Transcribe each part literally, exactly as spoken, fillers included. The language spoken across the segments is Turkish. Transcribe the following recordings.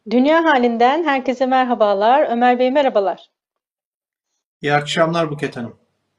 Dünya halinden herkese merhabalar. Ömer Bey merhabalar. İyi akşamlar Buket Hanım.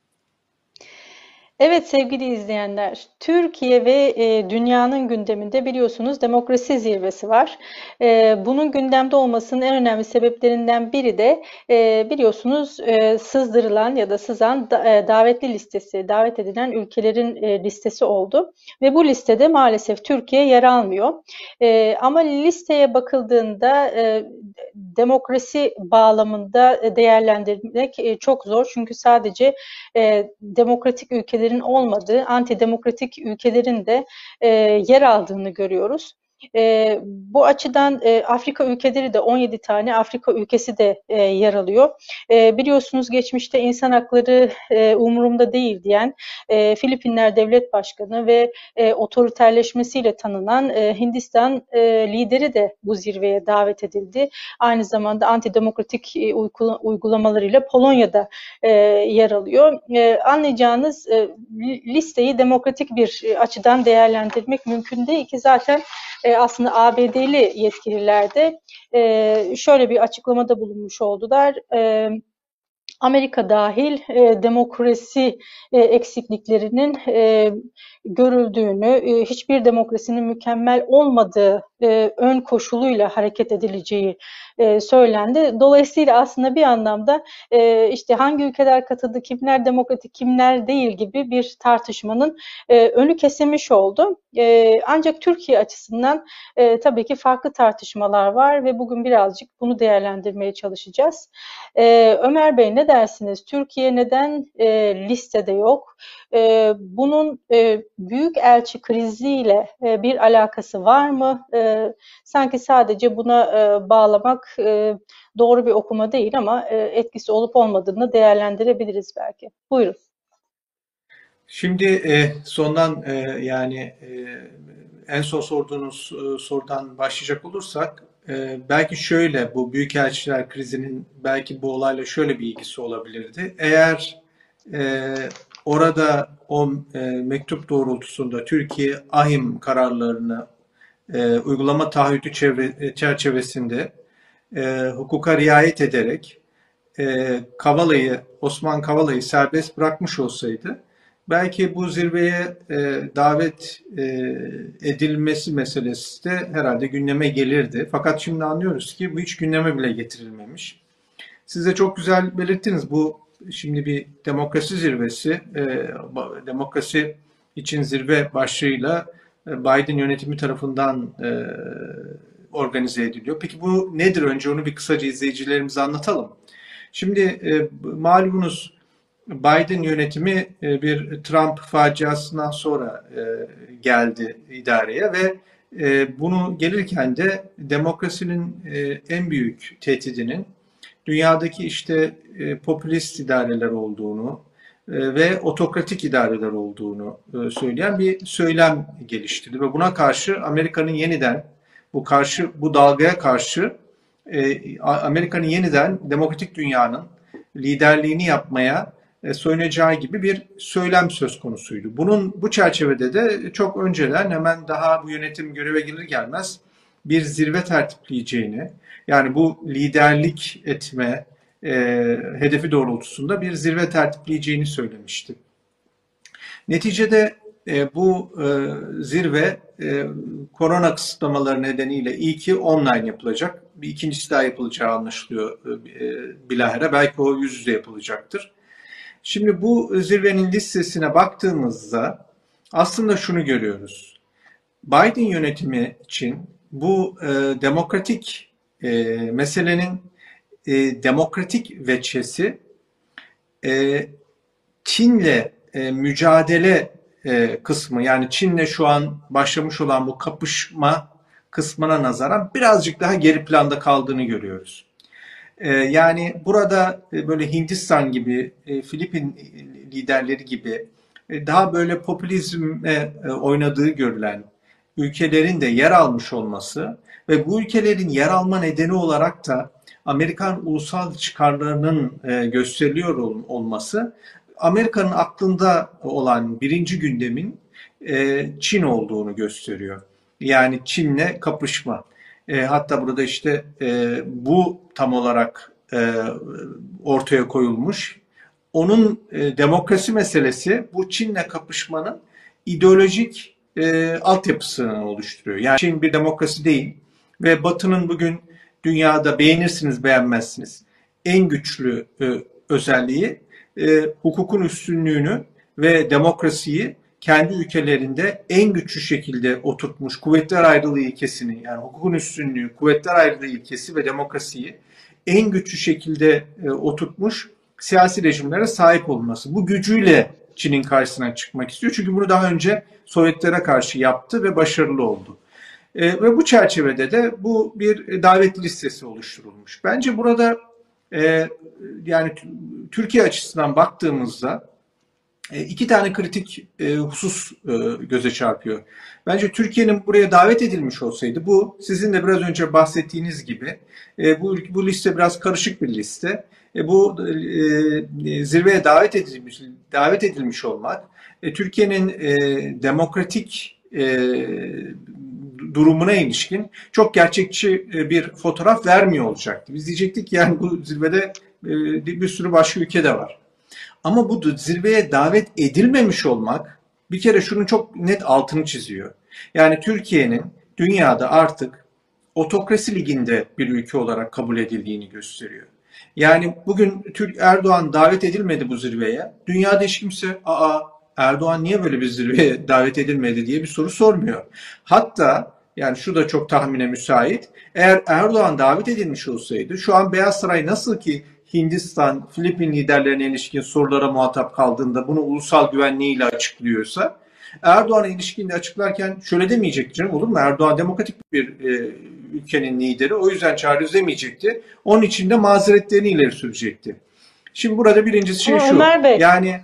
Evet sevgili izleyenler, Türkiye ve e, dünyanın gündeminde biliyorsunuz demokrasi zirvesi var. E, bunun gündemde olmasının en önemli sebeplerinden biri de e, biliyorsunuz e, sızdırılan ya da sızan da- e, davetli listesi, davet edilen ülkelerin e, listesi oldu. Ve bu listede maalesef Türkiye yer almıyor. E, ama listeye bakıldığında e, demokrasi bağlamında e, değerlendirmek e, çok zor. Çünkü sadece e, demokratik ülkelerin olmadığı, antidemokratik ülkelerin de e, yer aldığını görüyoruz. E, bu açıdan e, Afrika ülkeleri de on yedi tane Afrika ülkesi de e, yer alıyor. E, biliyorsunuz geçmişte insan hakları e, umurumda değil diyen e, Filipinler Devlet Başkanı ve e, otoriterleşmesiyle tanınan e, Hindistan e, lideri de bu zirveye davet edildi. Aynı zamanda antidemokratik e, uygulamalarıyla Polonya'da e, yer alıyor. E, anlayacağınız e, listeyi demokratik bir e, açıdan değerlendirmek mümkün değil ki zaten e, aslında A B D'li yetkililer de e, şöyle bir açıklamada bulunmuş oldular. E, Amerika dahil e, demokrasi e, eksikliklerinin e, görüldüğünü, e, hiçbir demokrasinin mükemmel olmadığı e, ön koşuluyla hareket edileceği e, söylendi. Dolayısıyla aslında bir anlamda e, işte hangi ülkeler katıldı, kimler demokratik, kimler değil gibi bir tartışmanın e, önü kesilmiş oldu. E, ancak Türkiye açısından e, tabii ki farklı tartışmalar var ve bugün birazcık bunu değerlendirmeye çalışacağız. Ee, Ömer Bey ne dersiniz? Türkiye neden e, listede yok? E, bunun e, büyükelçi kriziyle e, bir alakası var mı? E, sanki sadece buna e, bağlamak e, doğru bir okuma değil ama e, etkisi olup olmadığını değerlendirebiliriz belki. Buyurun. Şimdi e, sondan e, yani e, en son sorduğunuz e, sorudan başlayacak olursak e, belki şöyle bu büyükelçiler krizinin belki bu olayla şöyle bir ilgisi olabilirdi. Eğer e, orada o e, mektup doğrultusunda Türkiye ahim kararlarını e, uygulama taahhütü çevre, e, çerçevesinde e, hukuka riayet ederek e, Kavala'yı, Osman Kavala'yı serbest bırakmış olsaydı belki bu zirveye e, davet e, edilmesi meselesi de herhalde gündeme gelirdi. Fakat şimdi anlıyoruz ki bu hiç gündeme bile getirilmemiş. Siz de çok güzel belirttiniz. Bu şimdi bir demokrasi zirvesi, e, demokrasi için zirve başlığıyla e, Biden yönetimi tarafından e, organize ediliyor. Peki bu nedir? Önce onu bir kısaca izleyicilerimize anlatalım. Şimdi e, malumunuz Biden yönetimi e, bir Trump faciasından sonra e, geldi idareye ve e, bunu gelirken de demokrasinin e, en büyük tehdidinin dünyadaki işte e, popülist idareler olduğunu e, ve otokratik idareler olduğunu e, söyleyen bir söylem geliştirdi ve buna karşı Amerika'nın yeniden bu karşı bu dalgaya karşı e, Amerika'nın yeniden demokratik dünyanın liderliğini yapmaya e, soyunacağı gibi bir söylem söz konusuydu. Bunun bu çerçevede de çok önceden hemen daha bu yönetim göreve gelir gelmez bir zirve tertipleyeceğini, yani bu liderlik etme e, hedefi doğrultusunda bir zirve tertipleyeceğini söylemişti. Neticede e, bu e, zirve e, korona kısıtlamaları nedeniyle iyi ki online yapılacak. Bir ikincisi daha yapılacağı anlaşılıyor e, bilahare. Belki o yüz yüze yapılacaktır. Şimdi bu zirvenin listesine baktığımızda aslında şunu görüyoruz. Biden yönetimi için bu e, demokratik e, meselenin e, demokratik veçesi e, Çin'le e, mücadele e, kısmı, yani Çin'le şu an başlamış olan bu kapışma kısmına nazaran birazcık daha geri planda kaldığını görüyoruz. E, yani burada e, böyle Hindistan gibi, e, Filipin liderleri gibi e, daha böyle popülizme e, oynadığı görülen ülkelerin de yer almış olması ve bu ülkelerin yer alma nedeni olarak da Amerikan ulusal çıkarlarının e, gösteriliyor olması Amerika'nın aklında olan birinci gündemin e, Çin olduğunu gösteriyor. Yani Çin'le kapışma. E, hatta burada işte e, bu tam olarak e, ortaya koyulmuş. Onun e, demokrasi meselesi bu Çin'le kapışmanın ideolojik e, altyapısını oluşturuyor. Yani Çin bir demokrasi değil ve Batı'nın bugün dünyada beğenirsiniz beğenmezsiniz en güçlü e, özelliği e, hukukun üstünlüğünü ve demokrasiyi kendi ülkelerinde en güçlü şekilde oturtmuş kuvvetler ayrılığı ilkesini, yani hukukun üstünlüğü, kuvvetler ayrılığı ilkesi ve demokrasiyi en güçlü şekilde e, oturtmuş siyasi rejimlere sahip olması. Bu gücüyle Çin'in karşısına çıkmak istiyor. Çünkü bunu daha önce Sovyetlere karşı yaptı ve başarılı oldu. E, ve bu çerçevede de bu bir davetli listesi oluşturulmuş. Bence burada e, yani Türkiye açısından baktığımızda e, iki tane kritik e, husus e, göze çarpıyor. Bence Türkiye'nin buraya davet edilmiş olsaydı, bu sizin de biraz önce bahsettiğiniz gibi e, bu, bu liste biraz karışık bir liste. E, bu e, zirveye davet edilmiş, davet edilmiş olmak e, Türkiye'nin e, demokratik e, durumuna ilişkin çok gerçekçi e, bir fotoğraf vermiyor olacaktı. Biz diyecektik yani bu zirvede e, bir sürü başka ülke de var. Ama bu zirveye davet edilmemiş olmak bir kere şunun çok net altını çiziyor. Yani Türkiye'nin dünyada artık otokrasi liginde bir ülke olarak kabul edildiğini gösteriyor. Yani bugün Türk Erdoğan davet edilmedi bu zirveye. Dünyada hiç kimse aa Erdoğan niye böyle bir zirveye davet edilmedi diye bir soru sormuyor. Hatta yani şu da çok tahmine müsait. Eğer Erdoğan davet edilmiş olsaydı şu an Beyaz Saray nasıl ki Hindistan, Filipin liderlerine ilişkin sorulara muhatap kaldığında bunu ulusal güvenliğiyle açıklıyorsa, Erdoğan'a ilişkin de açıklarken şöyle demeyecekti canım, olur mu? Erdoğan demokratik bir e, ülkenin lideri, o yüzden çağırıyoruz demeyecekti. Onun için de mazeretlerini ileri sürecekti. Şimdi burada birincisi şey Ama şu, Ömer Bey, yani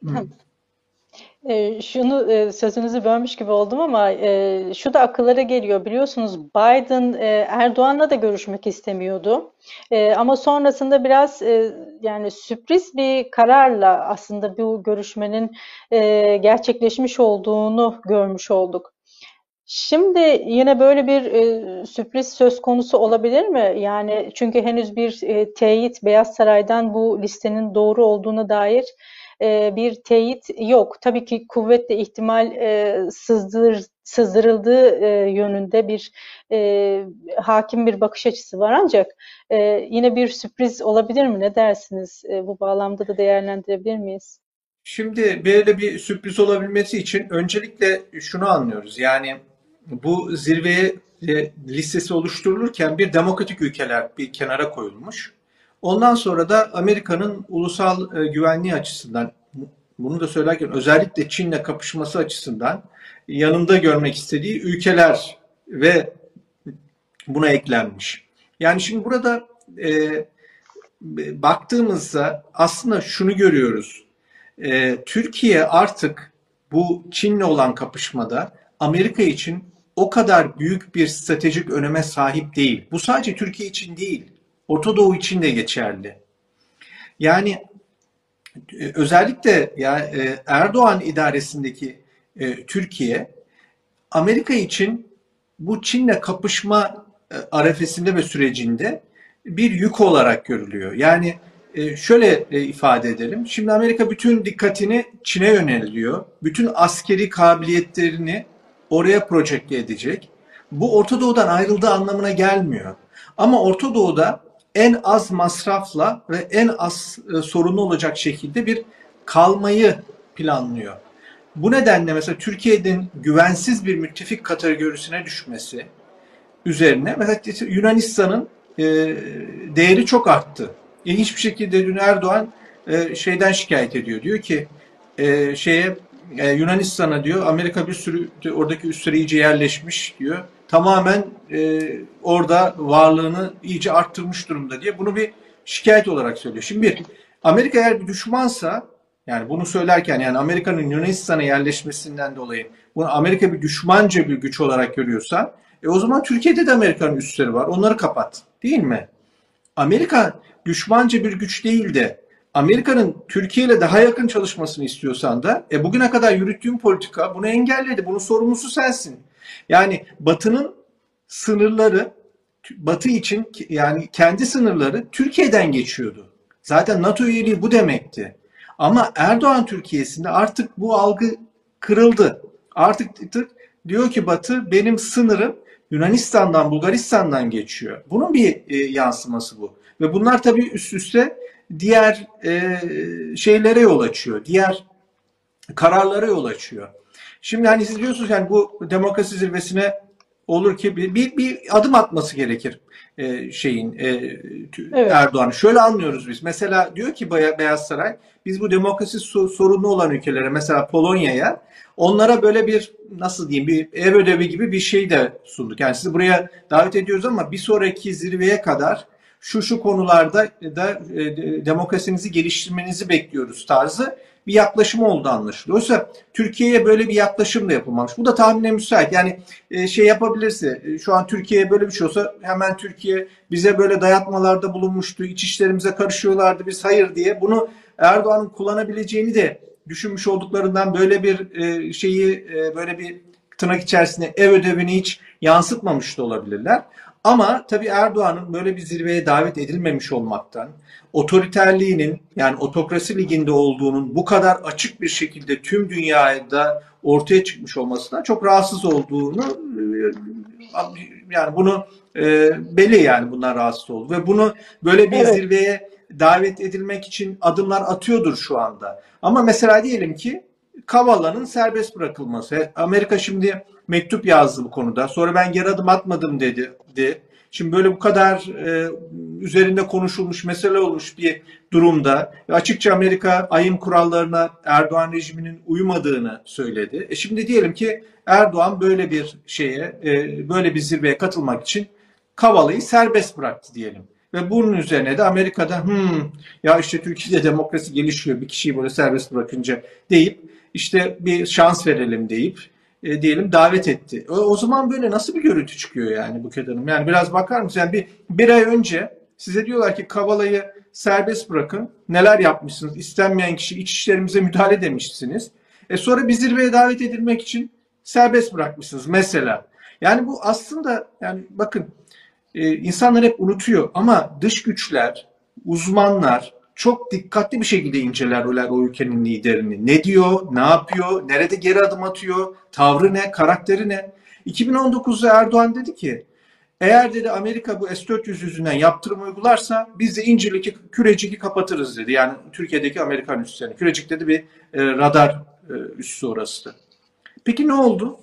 E, şunu e, sözünüzü bölmüş gibi oldum ama e, şu da akıllara geliyor. Biliyorsunuz Biden e, Erdoğan'la da görüşmek istemiyordu. E, ama sonrasında biraz e, yani sürpriz bir kararla aslında bu görüşmenin e, gerçekleşmiş olduğunu görmüş olduk. Şimdi yine böyle bir e, sürpriz söz konusu olabilir mi? Yani çünkü henüz bir e, teyit Beyaz Saray'dan bu listenin doğru olduğuna dair e, bir teyit yok. Tabii ki kuvvetle ihtimal e, sızdır, sızdırıldığı e, yönünde bir e, hakim bir bakış açısı var ancak e, yine bir sürpriz olabilir mi? Ne dersiniz? E, bu bağlamda da değerlendirebilir miyiz? şimdi böyle bir sürpriz olabilmesi için öncelikle şunu anlıyoruz. Yani bu zirveye e, listesi oluşturulurken bir demokratik ülkeler bir kenara koyulmuş. Ondan sonra da Amerika'nın ulusal e, güvenliği açısından, bunu da söylerken özellikle Çin'le kapışması açısından yanında görmek istediği ülkeler ve buna eklenmiş. Yani şimdi burada e, baktığımızda aslında şunu görüyoruz. E, Türkiye artık bu Çin'le olan kapışmada Amerika için o kadar büyük bir stratejik öneme sahip değil. Bu sadece Türkiye için değil, Orta Doğu için de geçerli. Yani e, özellikle ya e, Erdoğan idaresindeki e, Türkiye, Amerika için bu Çin'le kapışma e, arefesinde ve sürecinde bir yük olarak görülüyor. Yani e, şöyle e, ifade edelim. Şimdi Amerika bütün dikkatini Çin'e yöneliyor. Bütün askeri kabiliyetlerini oraya projekte edecek. Bu Orta Doğu'dan ayrıldığı anlamına gelmiyor. Ama Orta Doğu'da en az masrafla ve en az e, sorunlu olacak şekilde bir kalmayı planlıyor. Bu nedenle mesela Türkiye'nin güvensiz bir müttefik kategorisine düşmesi üzerine mesela Yunanistan'ın e, değeri çok arttı. İlginç bir şekilde dün Erdoğan e, şeyden şikayet ediyor. Diyor ki e, şeye e, Yunanistan'a diyor Amerika bir sürü oradaki üsleri iyice yerleşmiş diyor. Tamamen e, orada varlığını iyice arttırmış durumda diye bunu bir şikayet olarak söylüyor. Şimdi bir Amerika eğer bir düşmansa, yani bunu söylerken yani Amerika'nın Yunanistan'a yerleşmesinden dolayı bunu Amerika bir düşmanca bir güç olarak görüyorsa, e o zaman Türkiye'de de Amerika'nın üsleri var. Onları kapat. Değil mi? Amerika düşmanca bir güç değil de Amerika'nın Türkiye ile daha yakın çalışmasını istiyorsan da e bugüne kadar yürüttüğün politika bunu engelledi. Bunun sorumlusu sensin. Yani Batı'nın sınırları Batı için yani kendi sınırları Türkiye'den geçiyordu. Zaten NATO üyeliği bu demekti. Ama Erdoğan Türkiye'sinde artık bu algı kırıldı. Artık diyor ki Batı benim sınırım Yunanistan'dan, Bulgaristan'dan geçiyor. Bunun bir e, yansıması bu. Ve bunlar tabii üst üste diğer e, şeylere yol açıyor. Diğer kararlara yol açıyor. Şimdi hani siz diyorsunuz yani bu demokrasi zirvesine olur ki bir, bir, bir adım atması gerekir e, şeyin e, Evet. Erdoğan'ı. Şöyle anlıyoruz biz. Mesela diyor ki Beyaz Saray biz bu demokrasi sorunu olan ülkelere mesela Polonya'ya onlara böyle bir nasıl diyeyim bir ev ödevi gibi bir şey de sunduk. Yani sizi buraya davet ediyoruz ama bir sonraki zirveye kadar şu şu konularda da e, demokrasinizi geliştirmenizi bekliyoruz tarzı bir yaklaşım oldu anlaşılıyor. Oysa Türkiye'ye böyle bir yaklaşım da yapılmamış. Bu da tahmine müsait. Yani e, şey yapabilirse e, şu an Türkiye'ye böyle bir şey olsa hemen Türkiye bize böyle dayatmalarda bulunmuştu. İç işlerimize karışıyorlardı. Biz hayır diye bunu Erdoğan'ın kullanabileceğini de düşünmüş olduklarından böyle bir e, şeyi e, böyle bir tırnak içerisinde ev ödevini hiç yansıtmamış da olabilirler. Ama tabii Erdoğan'ın böyle bir zirveye davet edilmemiş olmaktan, otoriterliğinin yani otokrasi liginde olduğunun bu kadar açık bir şekilde tüm dünyada ortaya çıkmış olmasından çok rahatsız olduğunu yani bunu e, belli yani bundan rahatsız oldu ve bunu böyle bir Evet. zirveye davet edilmek için adımlar atıyordur şu anda. Ama mesela diyelim ki Kavala'nın serbest bırakılması. Amerika şimdi mektup yazdı bu konuda. Sonra ben geri adım atmadım dedi. dedi. Şimdi böyle bu kadar e, üzerinde konuşulmuş, mesele olmuş bir durumda açıkça Amerika ayım kurallarına Erdoğan rejiminin uymadığını söyledi. E şimdi diyelim ki Erdoğan böyle bir şeye, e, böyle bir zirveye katılmak için Kavala'yı serbest bıraktı diyelim. Ve bunun üzerine de Amerika'da hmm, ya işte Türkiye'de demokrasi gelişiyor bir kişiyi böyle serbest bırakınca deyip işte bir şans verelim deyip e, diyelim davet etti. O, o zaman böyle nasıl bir görüntü çıkıyor yani Buket Hanım? Yani biraz bakar mısın? Yani bir, bir ay önce size diyorlar ki Kavala'yı serbest bırakın. Neler yapmışsınız? İstenmeyen kişi iç işlerimize müdahale demişsiniz. E sonra bir zirveye davet edilmek için serbest bırakmışsınız mesela. Yani bu aslında yani bakın e, insanlar hep unutuyor ama dış güçler, uzmanlar çok dikkatli bir şekilde incelerler o ülkenin liderini. Ne diyor, ne yapıyor, nerede geri adım atıyor, tavrı ne, karakteri ne? iki bin on dokuzda Erdoğan dedi ki eğer dedi Amerika bu S dört yüz yüzünden yaptırım uygularsa biz de İncirlik'i, Kürecik'i kapatırız dedi. Yani Türkiye'deki Amerikan üslerini. Kürecik dedi bir e, radar e, üssü orası. Peki ne oldu?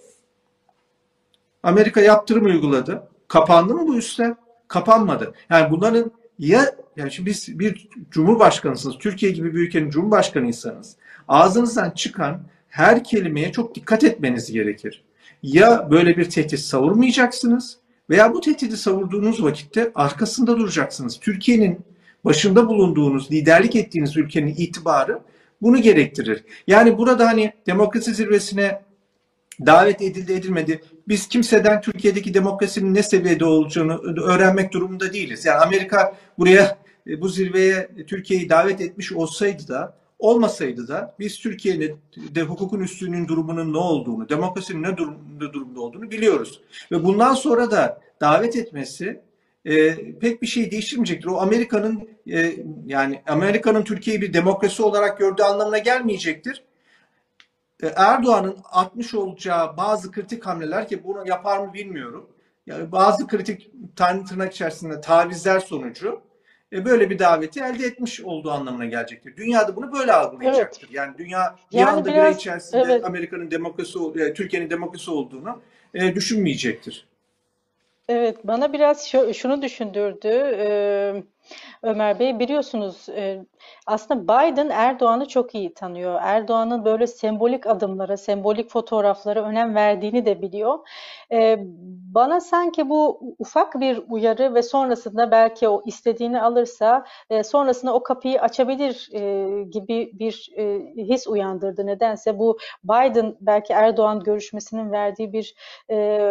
Amerika yaptırım uyguladı. Kapandı mı bu üsler? Kapanmadı. Yani bunların ya yani şimdi biz bir cumhurbaşkanısınız. Türkiye gibi bir ülkenin cumhurbaşkanıysanız ağzınızdan çıkan her kelimeye çok dikkat etmeniz gerekir. Ya böyle bir tehdit savurmayacaksınız veya bu tehdidi savurduğunuz vakitte arkasında duracaksınız. Türkiye'nin başında bulunduğunuz, liderlik ettiğiniz ülkenin itibarı bunu gerektirir. Yani burada hani demokrasi zirvesine davet edildi edilmedi. Biz kimseden Türkiye'deki demokrasinin ne seviyede olacağını öğrenmek durumunda değiliz. Yani Amerika buraya bu zirveye Türkiye'yi davet etmiş olsaydı da olmasaydı da biz Türkiye'nin de hukukun üstünlüğünün durumunun ne olduğunu, demokrasinin ne durumda, durumda olduğunu biliyoruz. Ve bundan sonra da davet etmesi e, pek bir şey değiştirmeyecektir. O Amerika'nın e, yani Amerika'nın Türkiye'yi bir demokrasi olarak gördüğü anlamına gelmeyecektir. Erdoğan'ın atmış olacağı bazı kritik hamleler ki bunu yapar mı bilmiyorum. Yani bazı kritik tırnak içerisinde tavizler sonucu e, böyle bir daveti elde etmiş olduğu anlamına gelecektir. Dünyada bunu böyle Evet. algılayacaktır. Yani dünya bir Yani anda bir ay biraz içerisinde evet. Amerika'nın demokrasi, e, Türkiye'nin demokrasi olduğunu e, düşünmeyecektir. Evet, bana biraz şu- şunu düşündürdü eee, Ömer Bey. Biliyorsunuz eee, aslında Biden Erdoğan'ı çok iyi tanıyor. Erdoğan'ın böyle sembolik adımlara, sembolik fotoğraflara önem verdiğini de biliyor. Eee, bana sanki bu ufak bir uyarı ve sonrasında belki o istediğini alırsa eee, sonrasında o kapıyı açabilir eee, gibi bir eee, his uyandırdı. Nedense bu Biden belki Erdoğan görüşmesinin verdiği bir eee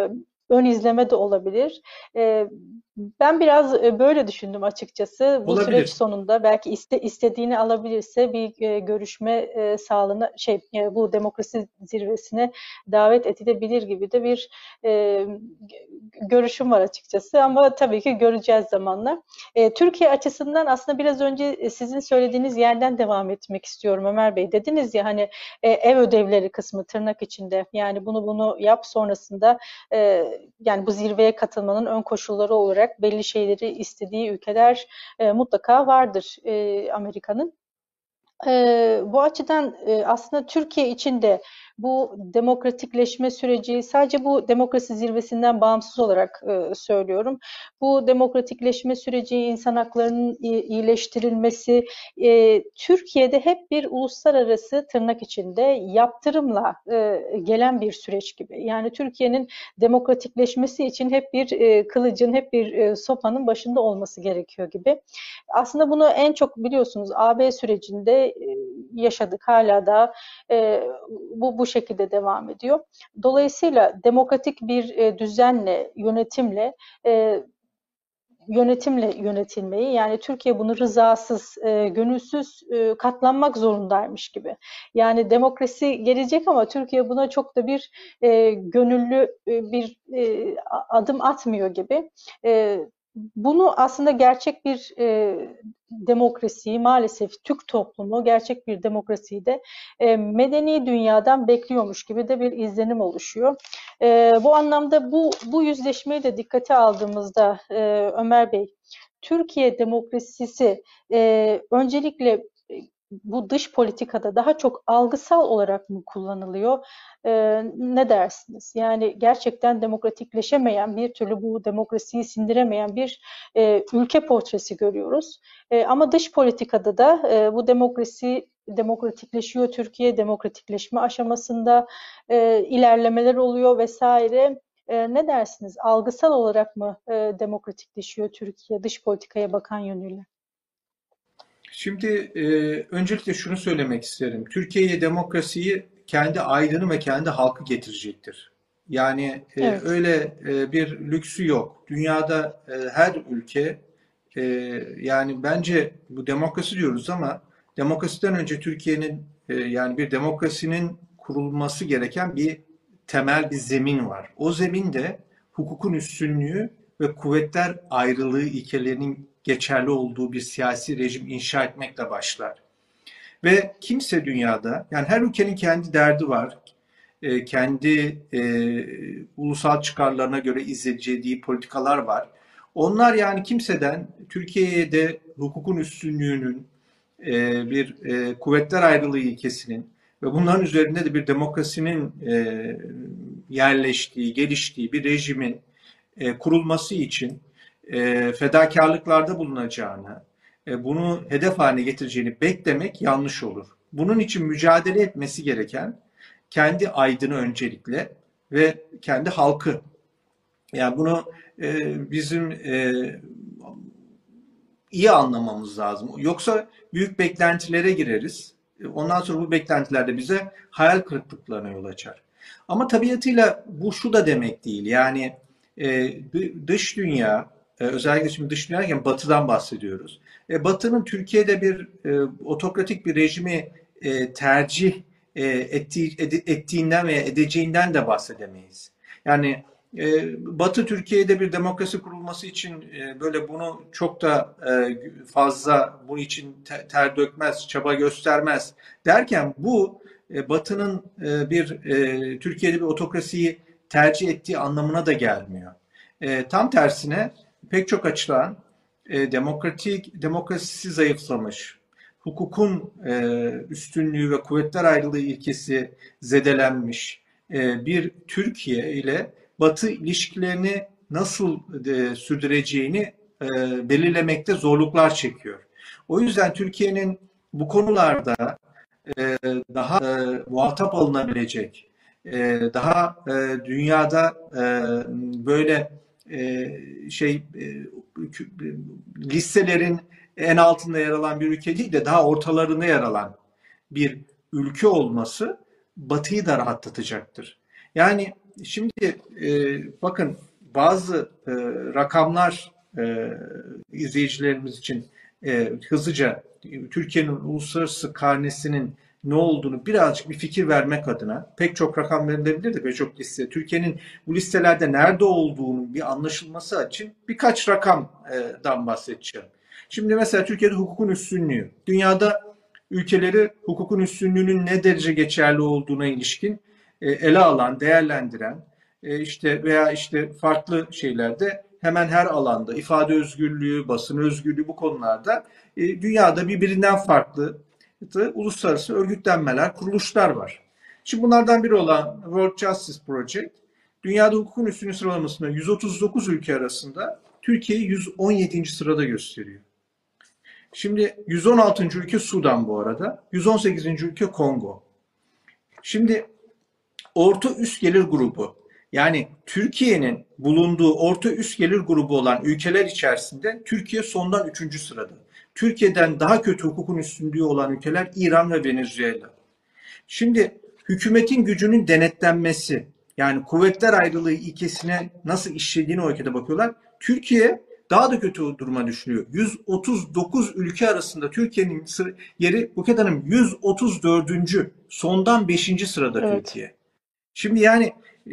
ön izleme de olabilir. E, Ben biraz e, böyle düşündüm açıkçası. Bu süreç Olabilir. sonunda belki iste, istediğini alabilirse bir e, görüşme e, sağlığına şey e, bu demokrasi zirvesine davet edilebilir gibi de bir e, görüşüm var açıkçası. Ama tabii ki göreceğiz zamanla. E, Türkiye açısından aslında biraz önce e, sizin söylediğiniz yerden devam etmek istiyorum Ömer Bey. Dediniz ya hani e, ev ödevleri kısmı tırnak içinde. Yani bunu bunu yap sonrasında e, yani bu zirveye katılmanın ön koşulları olarak belli şeyleri istediği ülkeler e, mutlaka vardır e, Amerika'nın. Eee, bu açıdan eee, aslında Türkiye için de bu demokratikleşme süreci sadece bu demokrasi zirvesinden bağımsız olarak eee, söylüyorum. Bu demokratikleşme süreci, insan haklarının i- iyileştirilmesi, eee, Türkiye'de hep bir uluslararası tırnak içinde yaptırımla eee, gelen bir süreç gibi. Yani Türkiye'nin demokratikleşmesi için hep bir eee, kılıcın, hep bir eee, sopanın başında olması gerekiyor gibi. Aslında bunu en çok biliyorsunuz A B sürecinde e, yaşadık. Hala da e, bu bu şekilde devam ediyor. Dolayısıyla demokratik bir e, düzenle, yönetimle e, yönetimle yönetilmeyi yani Türkiye bunu rızasız, e, gönülsüz e, katlanmak zorundaymış gibi. Yani demokrasi gelecek ama Türkiye buna çok da bir e, gönüllü e, bir e, adım atmıyor gibi. E, Bunu aslında gerçek bir e, demokrasiyi maalesef Türk toplumu gerçek bir demokrasiyi de e, medeni dünyadan bekliyormuş gibi de bir izlenim oluşuyor. E, bu anlamda bu bu yüzleşmeyi de dikkate aldığımızda e, Ömer Bey, Türkiye demokrasisi e, öncelikle e, bu dış politikada daha çok algısal olarak mı kullanılıyor? E, ne dersiniz? Yani gerçekten demokratikleşemeyen, bir türlü bu demokrasiyi sindiremeyen bir e, ülke portresi görüyoruz. E, ama dış politikada da e, bu demokrasi demokratikleşiyor. Türkiye demokratikleşme aşamasında e, ilerlemeler oluyor vesaire. E, ne dersiniz? Algısal olarak mı e, demokratikleşiyor Türkiye dış politikaya bakan yönüyle? Şimdi e, öncelikle şunu söylemek isterim. Türkiye'ye demokrasiyi kendi aydını ve kendi halkı getirecektir. Yani e, Evet, öyle e, bir lüksü yok. Dünyada e, her ülke e, yani bence bu demokrasi diyoruz ama demokrasiden önce Türkiye'nin e, yani bir demokrasinin kurulması gereken bir temel bir zemin var. O zemin de hukukun üstünlüğü ve kuvvetler ayrılığı ilkelerinin geçerli olduğu bir siyasi rejim inşa etmekle başlar. Ve kimse dünyada, yani her ülkenin kendi derdi var, e, kendi e, ulusal çıkarlarına göre izleyeceği politikalar var. Onlar yani kimseden Türkiye'ye de hukukun üstünlüğünün, e, bir e, kuvvetler ayrılığı ilkesinin ve bunların üzerinde de bir demokrasinin e, yerleştiği, geliştiği bir rejimin e, kurulması için e, fedakarlıklarda bulunacağını, e, bunu hedef haline getireceğini beklemek yanlış olur. Bunun için mücadele etmesi gereken kendi aydını öncelikle ve kendi halkı. Yani bunu e, bizim e, iyi anlamamız lazım. Yoksa büyük beklentilere gireriz. Ondan sonra bu beklentiler de bize hayal kırıklıklarına yol açar. Ama tabiatıyla bu şu da demek değil. Yani e, dış dünya, e, özellikle şimdi dış dünya derken batıdan bahsediyoruz. E, Batı'nın Türkiye'de bir e, otokratik bir rejimi e, tercih e, ettiği, ed- ettiğinden veya edeceğinden de bahsedemeyiz. Yani e, Batı Türkiye'de bir demokrasi kurulması için e, böyle bunu çok da e, fazla bunun için ter dökmez, çaba göstermez derken bu e, Batı'nın e, bir e, Türkiye'de bir otokrasiyi tercih ettiği anlamına da gelmiyor. E, tam tersine pek çok açıdan e, demokratik demokrasisi zayıflamış, hukukun e, üstünlüğü ve kuvvetler ayrılığı ilkesi zedelenmiş e, bir Türkiye ile Batı ilişkilerini nasıl e, sürdüreceğini e, belirlemekte zorluklar çekiyor. O yüzden Türkiye'nin bu konularda e, daha e, muhatap alınabilecek, e, daha e, dünyada e, böyle e, şey e, listelerin en altında yer alan bir ülke değil de daha ortalarında yer alan bir ülke olması Batı'yı da rahatlatacaktır. Yani şimdi e, bakın bazı e, rakamlar e, izleyicilerimiz için e, hızlıca Türkiye'nin uluslararası karnesinin ne olduğunu birazcık bir fikir vermek adına pek çok rakam verilebilir de pek çok liste. Türkiye'nin bu listelerde nerede olduğunu bir anlaşılması için birkaç rakamdan bahsedeceğim. Şimdi mesela Türkiye'de hukukun üstünlüğü. Dünyada ülkeleri hukukun üstünlüğünün ne derece geçerli olduğuna ilişkin e, ele alan, değerlendiren e, işte veya işte farklı şeylerde hemen her alanda ifade özgürlüğü, basın özgürlüğü bu konularda e, dünyada birbirinden farklı uluslararası örgütlenmeler, kuruluşlar var. Şimdi bunlardan biri olan World Justice Project, dünyada hukukun üstünlüğü sıralamasında yüz otuz dokuz ülke arasında Türkiye'yi yüz on yedinci sırada gösteriyor. Şimdi yüz on altıncı ülke Sudan bu arada, yüz on sekizinci ülke Kongo. Şimdi orta üst gelir grubu, yani Türkiye'nin bulunduğu orta üst gelir grubu olan ülkeler içerisinde Türkiye sondan üçüncü sırada. Türkiye'den daha kötü hukukun üstünlüğü olan ülkeler İran ve Venezuela. Şimdi hükümetin gücünün denetlenmesi, yani kuvvetler ayrılığı ilkesine nasıl işlediğini o ülkede bakıyorlar. Türkiye daha da kötü duruma düşüyor. yüz otuz dokuz ülke arasında Türkiye'nin yeri Buket Hanım yüz otuz dördüncü sondan beşinci sırada Evet. Türkiye. Şimdi yani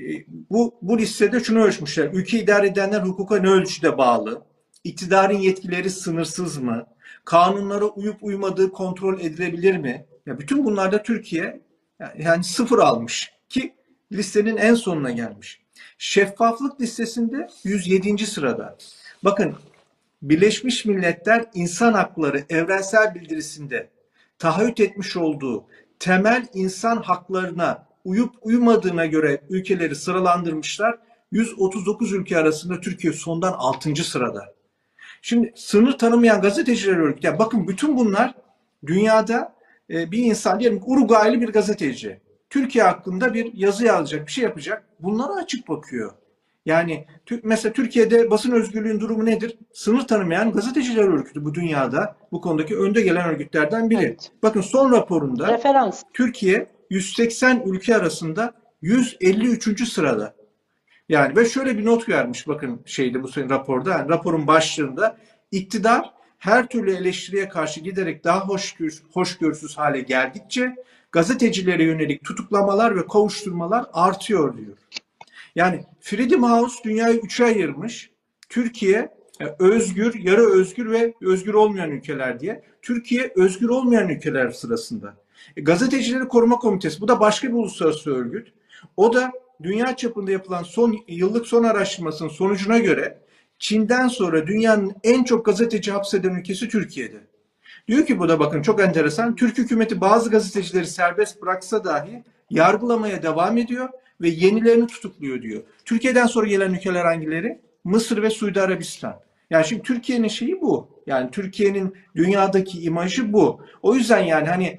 bu, bu listede şunu ölçmüşler. Ülke idare edenler hukuka ne ölçüde bağlı? İktidarın yetkileri sınırsız mı? Kanunlara uyup uymadığı kontrol edilebilir mi? Ya bütün bunlarda Türkiye yani sıfır almış ki listenin en sonuna gelmiş. Şeffaflık listesinde yüz yedinci sırada. Bakın Birleşmiş Milletler İnsan Hakları Evrensel Bildirisi'nde taahhüt etmiş olduğu temel insan haklarına uyup uymadığına göre ülkeleri sıralandırmışlar. yüz otuz dokuz ülke arasında Türkiye sondan altıncı sırada. Şimdi sınır tanımayan gazeteciler örgütü. Yani bakın bütün bunlar dünyada e, bir insan diyelim Uruguaylı bir gazeteci. Türkiye hakkında bir yazı yazacak, bir şey yapacak. Bunlara açık bakıyor. Yani mesela Türkiye'de basın özgürlüğün durumu nedir? Sınır tanımayan gazeteciler örgütü bu dünyada bu konudaki önde gelen örgütlerden biri. Evet. Bakın son raporunda Referans. Türkiye yüz seksen ülke arasında yüz elli üçüncü sırada. Yani ve şöyle bir not vermiş bakın şeyde bu senin raporda. Yani raporun başlığında iktidar her türlü eleştiriye karşı giderek daha hoşgör, hoşgörüsüz hale geldikçe gazetecilere yönelik tutuklamalar ve kovuşturmalar artıyor diyor. Yani Freedom House dünyayı üçe ayırmış. Türkiye özgür, yarı özgür ve özgür olmayan ülkeler diye. Türkiye özgür olmayan ülkeler sırasında. E, Gazetecileri Koruma Komitesi, bu da başka bir uluslararası örgüt. O da dünya çapında yapılan son yıllık son araştırmasının sonucuna göre Çin'den sonra dünyanın en çok gazeteci hapseden ülkesi Türkiye'de. Diyor ki bu da bakın çok enteresan. Türk hükümeti bazı gazetecileri serbest bıraksa dahi yargılamaya devam ediyor ve yenilerini tutukluyor diyor. Türkiye'den sonra gelen ülkeler hangileri? Mısır ve Suudi Arabistan. Yani şimdi Türkiye'nin şeyi bu. Yani Türkiye'nin dünyadaki imajı bu. O yüzden yani hani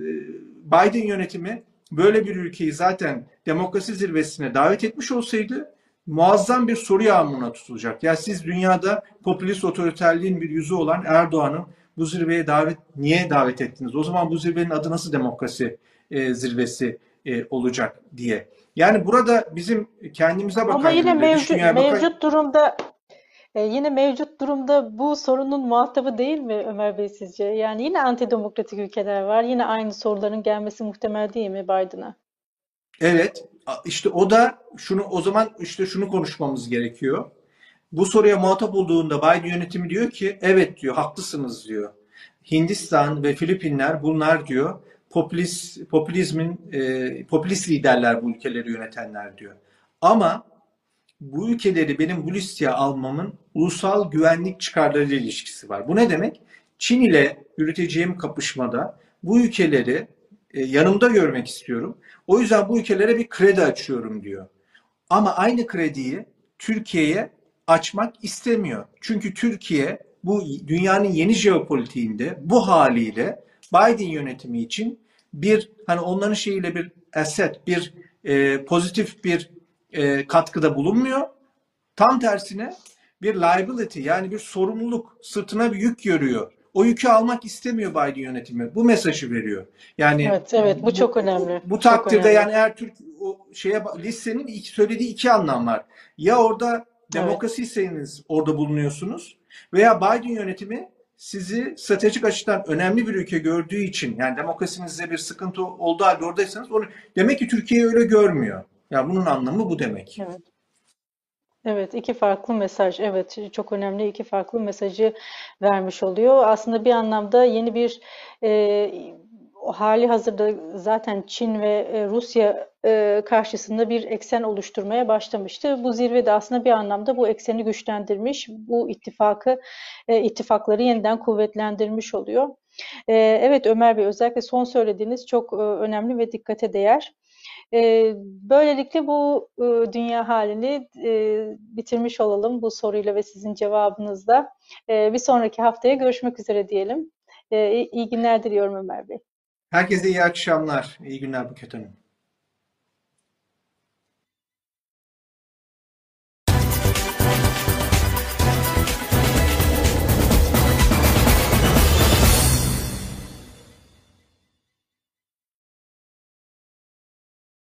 Biden yönetimi böyle bir ülkeyi zaten demokrasi zirvesine davet etmiş olsaydı muazzam bir soru yağmuruna tutulacak. Ya siz dünyada popülist otoriterliğin bir yüzü olan Erdoğan'ın bu zirveye davet niye davet ettiniz? O zaman bu zirvenin adı nasıl demokrasi e, zirvesi e, olacak diye. Yani burada bizim kendimize bakan Ama yine yönünde, dış mevcut dünyaya bakan... mevcut durumda e, yine mevcut durumda bu sorunun muhatabı değil mi Ömer Bey sizce? Yani yine antidemokratik ülkeler var. Yine aynı soruların gelmesi muhtemel değil mi Biden'a? Evet, işte o da şunu o zaman işte şunu konuşmamız gerekiyor. Bu soruya muhatap olduğunda Biden yönetimi diyor ki evet diyor, haklısınız diyor. Hindistan ve Filipinler bunlar diyor popülist popülizmin e, popülist liderler bu ülkeleri yönetenler diyor. Ama bu ülkeleri benim bu listeye almamın ulusal güvenlik çıkarlarıyla ilişkisi var. Bu ne demek? Çin ile yürüteceğim kapışmada bu ülkeleri e, yanımda görmek istiyorum. O yüzden bu ülkelere bir kredi açıyorum diyor. Ama aynı krediyi Türkiye'ye açmak istemiyor. Çünkü Türkiye bu dünyanın yeni jeopolitiğinde bu haliyle Biden yönetimi için bir hani onların şeyiyle bir asset, bir e, pozitif bir e, katkıda bulunmuyor. Tam tersine bir liability yani bir sorumluluk, sırtına bir yük görüyor. O yükü almak istemiyor Biden yönetimi. Bu mesajı veriyor. Yani Evet, evet, bu çok bu, önemli. bu Çok takdirde önemli. yani eğer Türk o şeye listenin iki, söylediği iki anlam var. Ya orada Evet. demokrasiyseniz orada bulunuyorsunuz veya Biden yönetimi sizi stratejik açıdan önemli bir ülke gördüğü için, yani demokrasinizde bir sıkıntı olduğu halde oradaysanız, onu demek ki Türkiye öyle görmüyor. Ya bunun anlamı bu demek. Evet. Evet, iki farklı mesaj. Evet, çok önemli iki farklı mesajı vermiş oluyor. Aslında bir anlamda yeni bir e, o hali hazırda zaten Çin ve e, Rusya e, karşısında bir eksen oluşturmaya başlamıştı. Bu zirve de aslında bir anlamda bu ekseni güçlendirmiş, bu ittifakı, e, ittifakları yeniden kuvvetlendirmiş oluyor. E, evet Ömer Bey, özellikle son söylediğiniz çok e, önemli ve dikkate değer. Ee, böylelikle bu e, dünya halini e, bitirmiş olalım bu soruyla ve sizin cevabınızla. Ee, bir sonraki haftaya görüşmek üzere diyelim. Ee, iyi günler diliyorum Ömer Bey. Herkese iyi akşamlar, iyi günler Buket Hanım.